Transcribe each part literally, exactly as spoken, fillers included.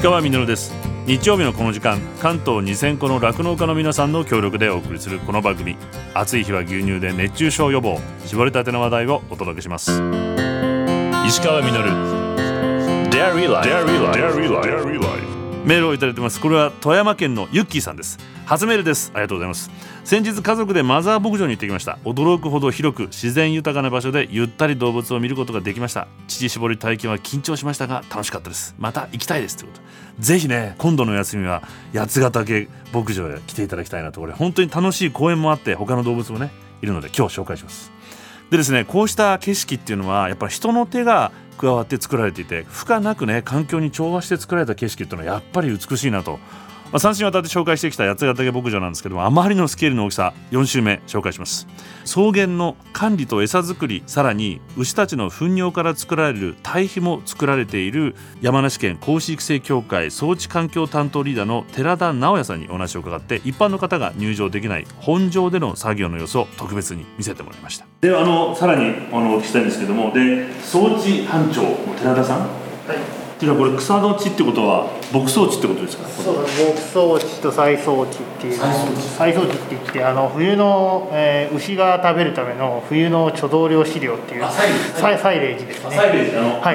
石川稔です。日曜日のこの時間、関東にせんこの酪農家の皆さんの協力でお送りするこの番組、暑い日は牛乳で熱中症予防、絞りたての話題をお届けします。石川稔 Dairy Life。メールをいただいてます。これは富山県のユッキーさんです。初メールです。ありがとうございます。先日家族でマザー牧場に行ってきました。驚くほど広く自然豊かな場所でゆったり動物を見ることができました。乳搾り体験は緊張しましたが楽しかったです。また行きたいですということで、ぜひね、今度の休みは八ヶ岳牧場へ来ていただきたいなと。これ本当に楽しい公園もあって、他の動物もねいるので今日紹介します。でですね、こうした景色っていうのはやっぱり人の手が加わって作られていて、負荷なくね環境に調和して作られた景色っていうのはやっぱり美しいなと。まあ、三週にわたって紹介してきた八ヶ岳牧場なんですけども、あまりのスケールの大きさ、よん週目紹介します。草原の管理と餌作り、さらに牛たちの糞尿から作られる堆肥も作られている山梨県子牛育成協会装置環境担当リーダーの寺田直也さんにお話を伺って、一般の方が入場できない本場での作業の様子を特別に見せてもらいました。ではあのさらにあのお聞きしたいんですけども、で装置班長の寺田さん、はい、これ草の地ってことは牧草地ってことですか？ そうです。牧草地と採草地っていう、採草地って言って、あの冬の、えー、牛が食べるための冬の貯蔵量飼料っていうサイレージですね。 サイレージ、あの、はい、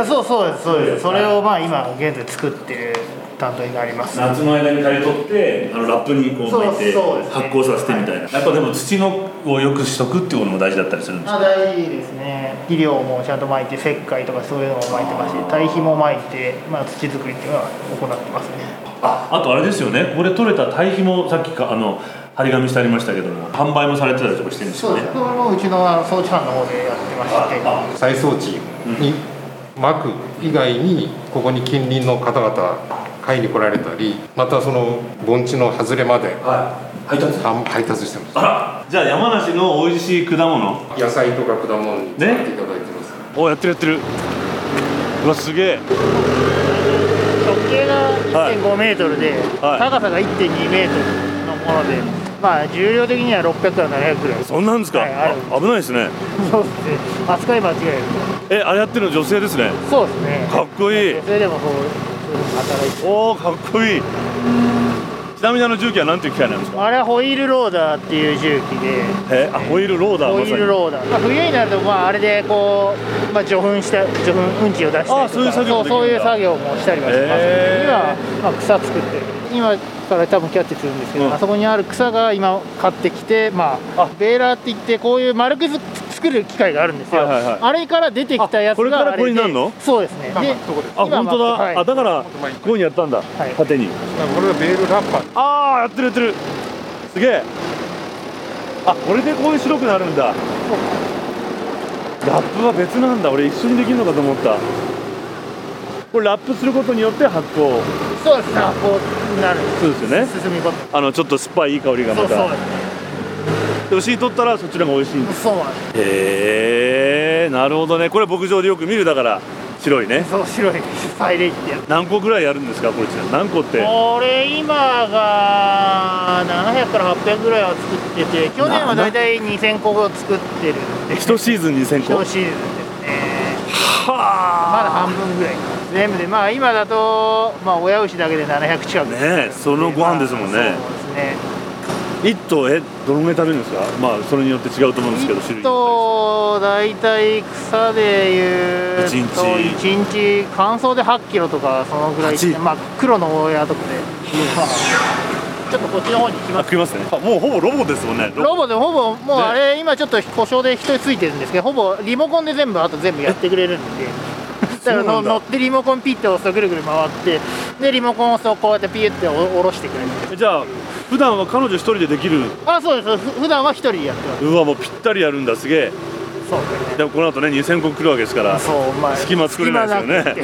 そうそうですそうです。それをまあ今現在作ってる担当になります。 夏の間に刈り取ってあのラップにこう巻いて発酵させてみたいな、はい、やっぱでも土のをよくしとくっていうことも大事だったりするんですか？ あ、大事ですね。肥料もちゃんと巻いて、石灰とかそういうのも巻いてますし、堆肥も巻いて、まあ、土作りっていうのは行ってますね。 あ, あとあれですよね、これ取れた堆肥もさっきかあの張り紙してありましたけども、販売もされてたりとかしてるんですよね。 そうです。これもうちの装置班の方でやってまして、 採草地に巻く以外にここに近隣の方々買いに来られたり、またその盆地の外れまで、はい、配達配達してます。 あら、じゃあ山梨の美味しい果物、 野菜とか果物に使っていただいてます、ね、 お、やってるやってる。うわ、すげえ。 直径が いってんごメートルで、はい、高さが いってんにメートルのもので、まあ重量的にはろっぴゃくからななひゃくぐらい。 そんなんですか？はい、ああ、危ないですね。 そうですね。扱い間違える。 え、あれやってるの女性ですね。 そうですね。 かっこいい。 女性でもそう働いて。 おお、かっこいい。ちなみにあの重機は何ていう機械なんですか？ あれはホイールローダーっていう重機で。 え、あ、ホイールローダー。 ホイールローダー。まあ、冬になると、まあ、あれでこう、まあ、除粉した除粉うんちを出したりとか、 あ、そういう作業もできるんだ。 そう、そういう作業もしたりはします、ね。今、まあ、草作ってる。今から多分キャッチするんですけど、うん、あそこにある草が今買ってきて、まあ、あベーラーって言ってこういう丸く作る機械があるんですよ、はいはいはい、あれから出てきたやつがあれで、これからこれになるの？そうですね。で、 あ、本当だ、はい、あ、だからこういうにやったんだ、はい、縦に。 これがベールラッパー。 ああ、やってるやってる、すげえ。あ、これでこういう白くなるんだ。ラップは別なんだ。俺一緒にできるのかと思った。これラップすることによって発酵。 そうですね、発酵になる。 そうですよね。 進みことあのちょっと酸っぱいいい香りがまた。そうそうですね。で牛にとったらそっちの方が美味しいんです。 そうなんです。 へえ、なるほどね。これ牧場でよく見る、だから白いね。 そう、白いサイレージってやつ。 何個ぐらいやるんですか、こいつ？何個って？ これ今がななひゃくからはっぴゃくぐらいは作ってて、去年はだいたいにせんこを作ってるんで。 一シーズンにせんこ？ 一シーズンですね。 はあ。 まだ半分ぐらい全部で、まあ今だと、まあ、親牛だけでななひゃく近くねえ、そのご飯ですもんね。まあ、そうですね。一頭、え、どのぐらい食べるんですか？まあそれによって違うと思うんですけど、種類。 一頭だいたい草でいうといちにち乾燥ではちキロとかそのぐらい、まあ黒の親とかで、まあ、ちょっとこっちの方に行きます。 来ますね。もうほぼロボですもんね。 ロボでほぼもうあれ、ね、今ちょっと故障で人ついてるんですけど、ほぼリモコンで全部あと全部やってくれるんで。だからの乗ってリモコンピッて押すとぐるぐる回って、でリモコンを押すとこうやってピュッて下ろしてくれる。 じゃあ普段は彼女一人でできる？ あ、そうです。普段は一人でやってます。 うわ、もうぴったりやるんだ。すげえ。 そうですね。 でもこの後ねにせんこ来るわけですから、そう、まあ、隙間作れないですよね。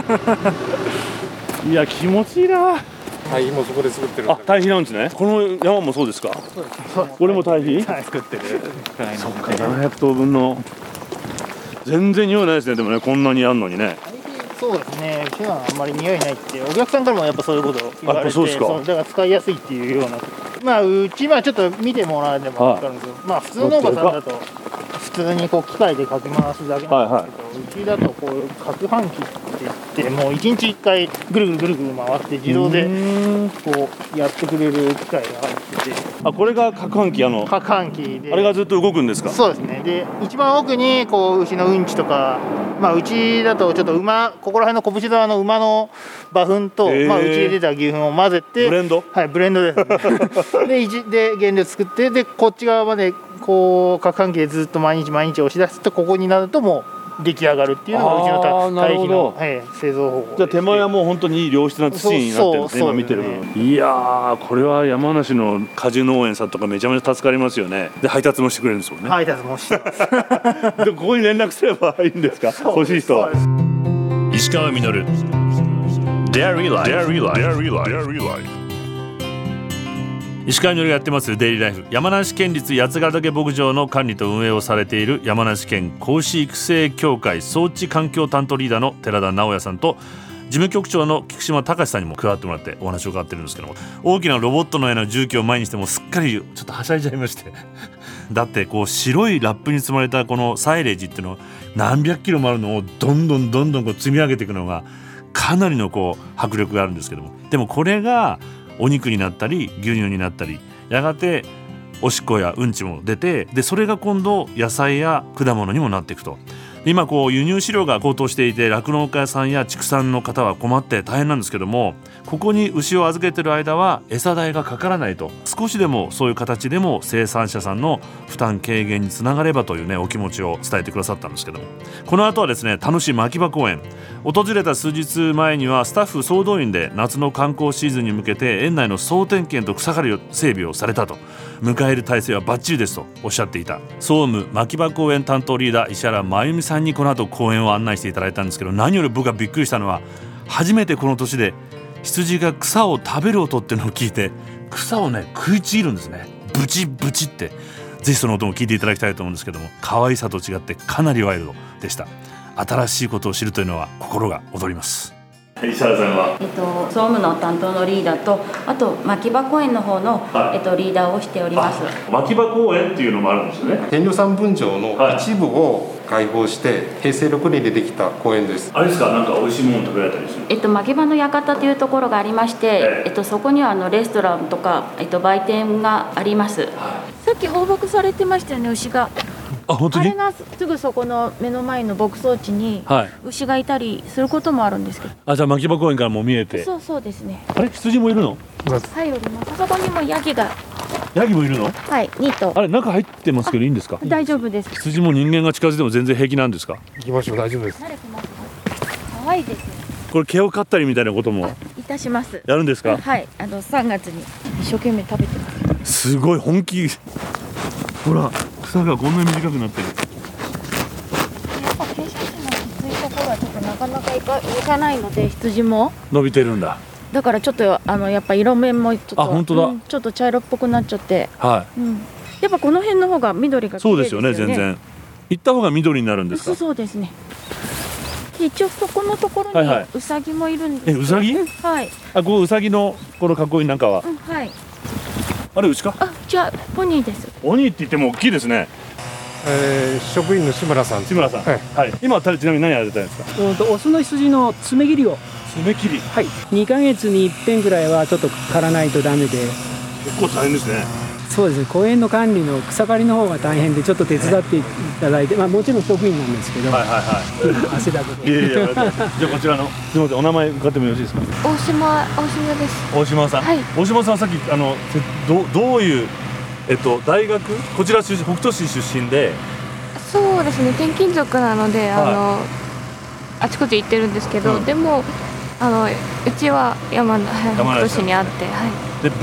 いや、気持ちいいな。 堆肥もそこで作ってる。 あ、堆肥なんですね。この山もそうですか？そうです。これも堆肥？ はい、作ってる。 そっか、ななひゃくとうぶんの。全然匂いないですね。でもね、こんなにやんのにね。 そうですね。うちはあんまり匂いないってお客さんからもやっぱそういうことを言われて、 そうですか。 そうだから使いやすいっていうような。まあうちはちょっと見てもらえれば分かるんですけど、はい、まあ普通の農家さんだと普通にこう機械でかき回すだけなんですけど、はいはい、うちだとこういう攪拌機ってってもういちにちいっかいぐるぐるぐるぐる回って自動でこうやってくれる機械が入ってて、 あ、これが攪拌機、あの攪拌機であれがずっと動くんですか？ そうですね。で一番奥にこう牛のうんちとか、まあうちだとちょっと馬、ここら辺の拳沢の馬の馬糞と、まあうちで出た牛糞を混ぜてブレンド、 はい、ブレンドですねで一で原料作って、でこっち側までこう攪拌機でずっと毎日毎日押し出すと、ここになるともう出来上がるっていうのがうちの堆肥の、はい、製造方法。 じゃあ手前はもう本当にいい良質な土になってるんですね、今見てる分。いやー、これは山梨の果樹農園さんとかめちゃめちゃ助かりますよね。で配達もしてくれるんですもんね。 配達もしてますでここに連絡すればいいんですか？欲しい人は。石川稔 Dairy Life。石川稔がやってますデイリーライフ、山梨県立八ヶ岳牧場の管理と運営をされている山梨県子牛育成協会装置環境担当リーダーの寺田直也さんと、事務局長の菊島隆さんにも加わってもらってお話を伺ってるんですけども、大きなロボットのような重機を前にしてもすっかりちょっとはしゃいじゃいましてだってこう白いラップに積まれたこのサイレージっていうのを何百キロもあるのをどんどんどんどんこう積み上げていくのがかなりのこう迫力があるんですけども、でもこれがお肉になったり牛乳になったり、やがておしっこやうんちも出て、でそれが今度野菜や果物にもなっていくと。今こう輸入飼料が高騰していて、酪農家さんや畜産の方は困って大変なんですけども、ここに牛を預けてる間は餌代がかからないと、少しでもそういう形でも生産者さんの負担軽減につながればというねお気持ちを伝えてくださったんですけども、この後はですね楽しい牧場公園、訪れた数日前にはスタッフ総動員で夏の観光シーズンに向けて園内の総点検と草刈りを整備をされたと、迎える体制はバッチリですとおっしゃっていた総務牧場公園担当リーダー石原真由美さんにこの後公園を案内していただいたんですけど、何より僕がびっくりしたのは、初めてこの年で羊が草を食べる音っていうのを聞いて、草をね食いちぎるんですね、ブチブチって。ぜひその音も聞いていただきたいと思うんですけども、可愛さと違ってかなりワイルドでした。新しいことを知るというのは心が躍ります。石原さんは、 えっと、総務の担当のリーダーと、あと牧場公園の方の、はい、えっと、リーダーをしております。 牧場公園っていうのもあるんですよね。 天領山分場の一部を開放して、はい、へいせいろくねんでできた公園です。 あれですか、なんか美味しいもの食べられたりする？ えっと、牧場の館というところがありまして、ええっと、そこにはあのレストランとか、えっと、売店があります。はい、 さっき放牧されてましたよね、牛が。 あ、本当に？ あれがすぐそこの目の前の牧草地に牛がいたりすることもあるんですけど、 はい、あ、じゃあ牧場公園からも見えて。 そうそうですね。 あれ、羊もいるの？ はい、おります。あそこにもヤギが。 ヤギもいるの？はい、 にとう。 あれ、中入ってますけどいいんですか？ 大丈夫です。 羊も人間が近づいても全然平気なんですか？ 行きましょう、大丈夫です。 慣れてますか？可愛いですね。 これ毛を刈ったりみたいなこともいたします。 やるんですか？ はい、あのさんがつに一生懸命食べてます。 すごい本気。ほら、草がこんなに短くなってる。 傾斜地のきついところはちょっとなかなかいか、いかないので、羊も伸びてるんだ。 だからちょっとあのやっぱ色面もちょっと、 あ、本当だ、 うん、ちょっと茶色っぽくなっちゃって、 はい、 うん、やっぱこの辺の方が緑が綺麗ですよね。 そうですよね、全然行った方が緑になるんですか？ そうそうですね。一応そこのところにウサギもいるんです。 はいはい、え、ウサギ？ はい。 あ、こうウサギのこの囲いなんかは、 うん、はい。 あれ牛か？ あ、じゃあポニーです。 ポニーって言っても大きいですね。 えー、職員の志村さん。 志村さん、はい、はい、今ちなみに何やられたんですか？ オスの羊の爪切りを。 爪切り、 はい、にかげつにいっぺんぐらいはちょっと刈らないとダメで。 結構大変ですね。 そうですね、公園の管理の草刈りの方が大変で、ちょっと手伝っていただいて、まあ、もちろん職員なんですけど、はいはいはい、汗だくで。 いやいや、じゃあこちらのすみません、お名前伺ってもよろしいですか？ 大島、大島です。 大島さん、はい、大島さんはさっきあのどどういう、えっと、大学、こちら出身、北杜市出身で。 そうですね、転勤族なので、はい、あのあちこち行ってるんですけど、うん、でもあのうちは山北杜市にあって、はい、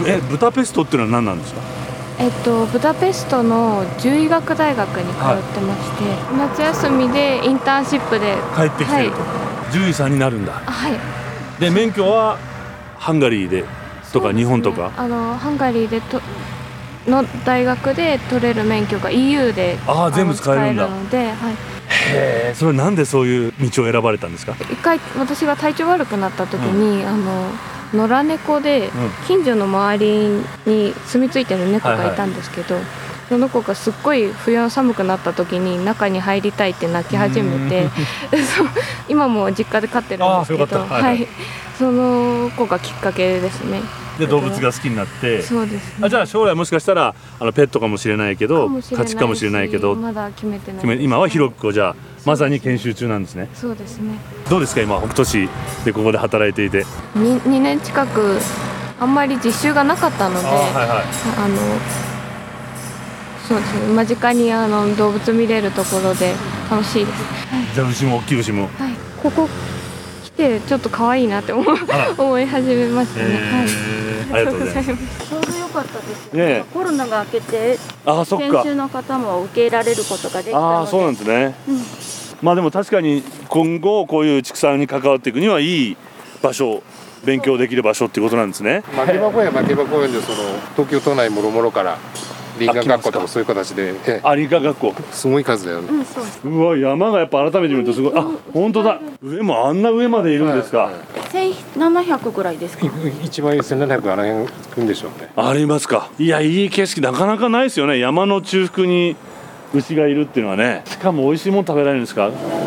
でえブダペストっていうのは何なんですか？ えっと、ブダペストの獣医学大学に通ってまして、はい、夏休みでインターンシップで帰ってきてると、はい、獣医さんになるんだ。 はい。 で免許はハンガリーでとか、ね、日本とかあのハンガリーでとの大学で取れる免許が イーユー でああ全部使えるんだ。 使えるので、はい、 へえ、それなんでそういう道を選ばれたんですか？ 一回私が体調悪くなった時に、うん、あの野良猫で近所の周りに住み着いてる猫がいたんですけど、はいはい、 その子がすっごい冬の寒くなった時に中に入りたいって泣き始めてそう今も実家で飼ってるんですけど、はいはい、その子がきっかけですね。 で動物が好きになって、 そうですね、 あじゃあ将来もしかしたらあのペットかもしれないけど家畜かもしれないけどまだ決めてないです。 今は広くじゃあまさに研修中なんですね。 そうですね。 どうですか今北斗市でここで働いていて。 2, 2年近くあんまり実習がなかったので、あ、はいはい、あのそうですね、間近にあの動物見れるところで楽しいです。 じゃあ牛も大きい牛も、 はい、ここ来てちょっと可愛いなって思思い始めましたね。はい、ありがとうございます。 ちょうど良かったですよ、 ね、コロナが明けてあそっか研修の方も受け入れられることができたので。 あそうなんですね、 うん、 まあでも確かに今後こういう畜産に関わっていくにはいい場所、勉強できる場所っていうことなんですね。 牧場公園は牧場公園でその東京都内もろもろから林間学校とかそういう形で、 あ林間学校すごい数だよね、 うん、そうです。 うわ山がやっぱ改めて見るとすごい、あ本当だ、上もあんな上までいるんですか。 はいはい、 せんななひゃくぐらいですか。 一番せんななひゃくあの辺来るんでしょうね。 ありますか。いやいい景色なかなかないですよね。山の中腹に牛がいるっていうのはね。しかも美味しいもの食べられるんですか。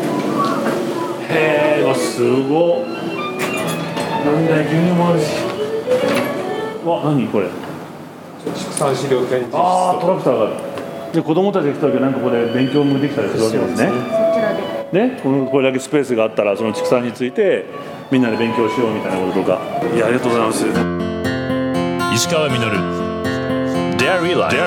へえ、すごっ。なんだ牛乳もあるし。わ何これ。 畜産資料展示室。 ああトラクターがある。で子供たちが来た時なんかここで勉強もできたりするわけですね。 そちらで。 ねこのこれだけスペースがあったらその畜産についてみんなで勉強しようみたいなこととか。いやありがとうございます。石川稔 Dairy Life。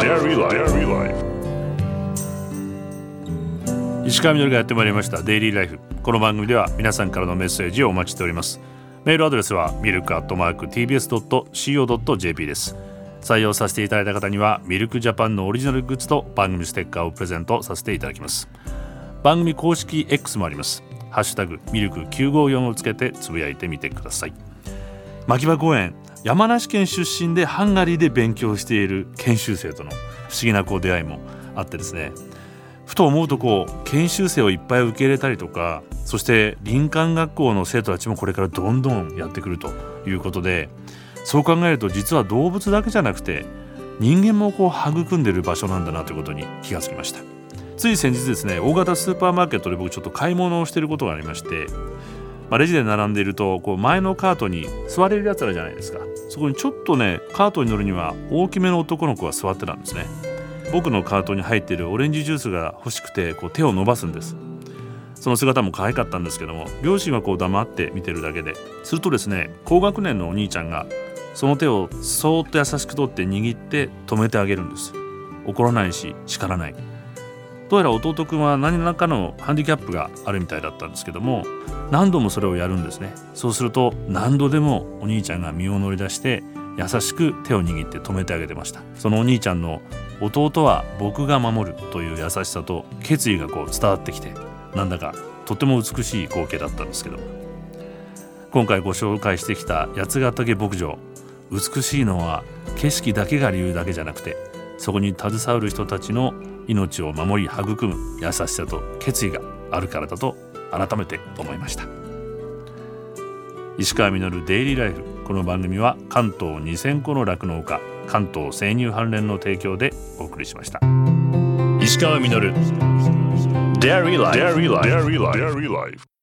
石川稔がやってまいりましたデイリーライフ。この番組では皆さんからのメッセージをお待ちしております。メールアドレスはミルクアットマーク ティービーエスドットシーオードットジェーピー です。採用させていただいた方にはミルクジャパンのオリジナルグッズと番組ステッカーをプレゼントさせていただきます。番組公式 X もあります。ハッシュタグミルクきゅうごよんをつけてつぶやいてみてください。牧場公園、山梨県出身でハンガリーで勉強している研修生との不思議なこう出会いもあってですね、ふと思うとこう研修生をいっぱい受け入れたりとか、そして林間学校の生徒たちもこれからどんどんやってくるということで、そう考えると実は動物だけじゃなくて人間もこう育んでいる場所なんだなということに気がつきました。つい先日ですね、大型スーパーマーケットで僕ちょっと買い物をしていることがありまして、まあ、レジで並んでいるとこう前のカートに座れるやつあるじゃないですか。そこにちょっとねカートに乗るには大きめの男の子が座ってたんですね。僕のカートに入っているオレンジジュースが欲しくてこう手を伸ばすんです。その姿も可愛かったんですけども、両親はこう黙って見てるだけで、するとですね高学年のお兄ちゃんがその手をそーっと優しく取って握って止めてあげるんです。怒らないし叱らない。どうやら弟くんは何らかのハンディキャップがあるみたいだったんですけども、何度もそれをやるんですね。そうすると何度でもお兄ちゃんが身を乗り出して優しく手を握って止めてあげてました。そのお兄ちゃんの弟は僕が守るという優しさと決意がこう伝わってきて、なんだかとても美しい光景だったんですけど、今回ご紹介してきた八ヶ岳牧場、美しいのは景色だけが理由だけじゃなくて、そこに携わる人たちの命を守り育む優しさと決意があるからだと改めて思いました。石川稔デイリーライフ。この番組は関東にせんこの酪農家、関東生乳関連の提供でお送りしました。石川稔 Dairy Life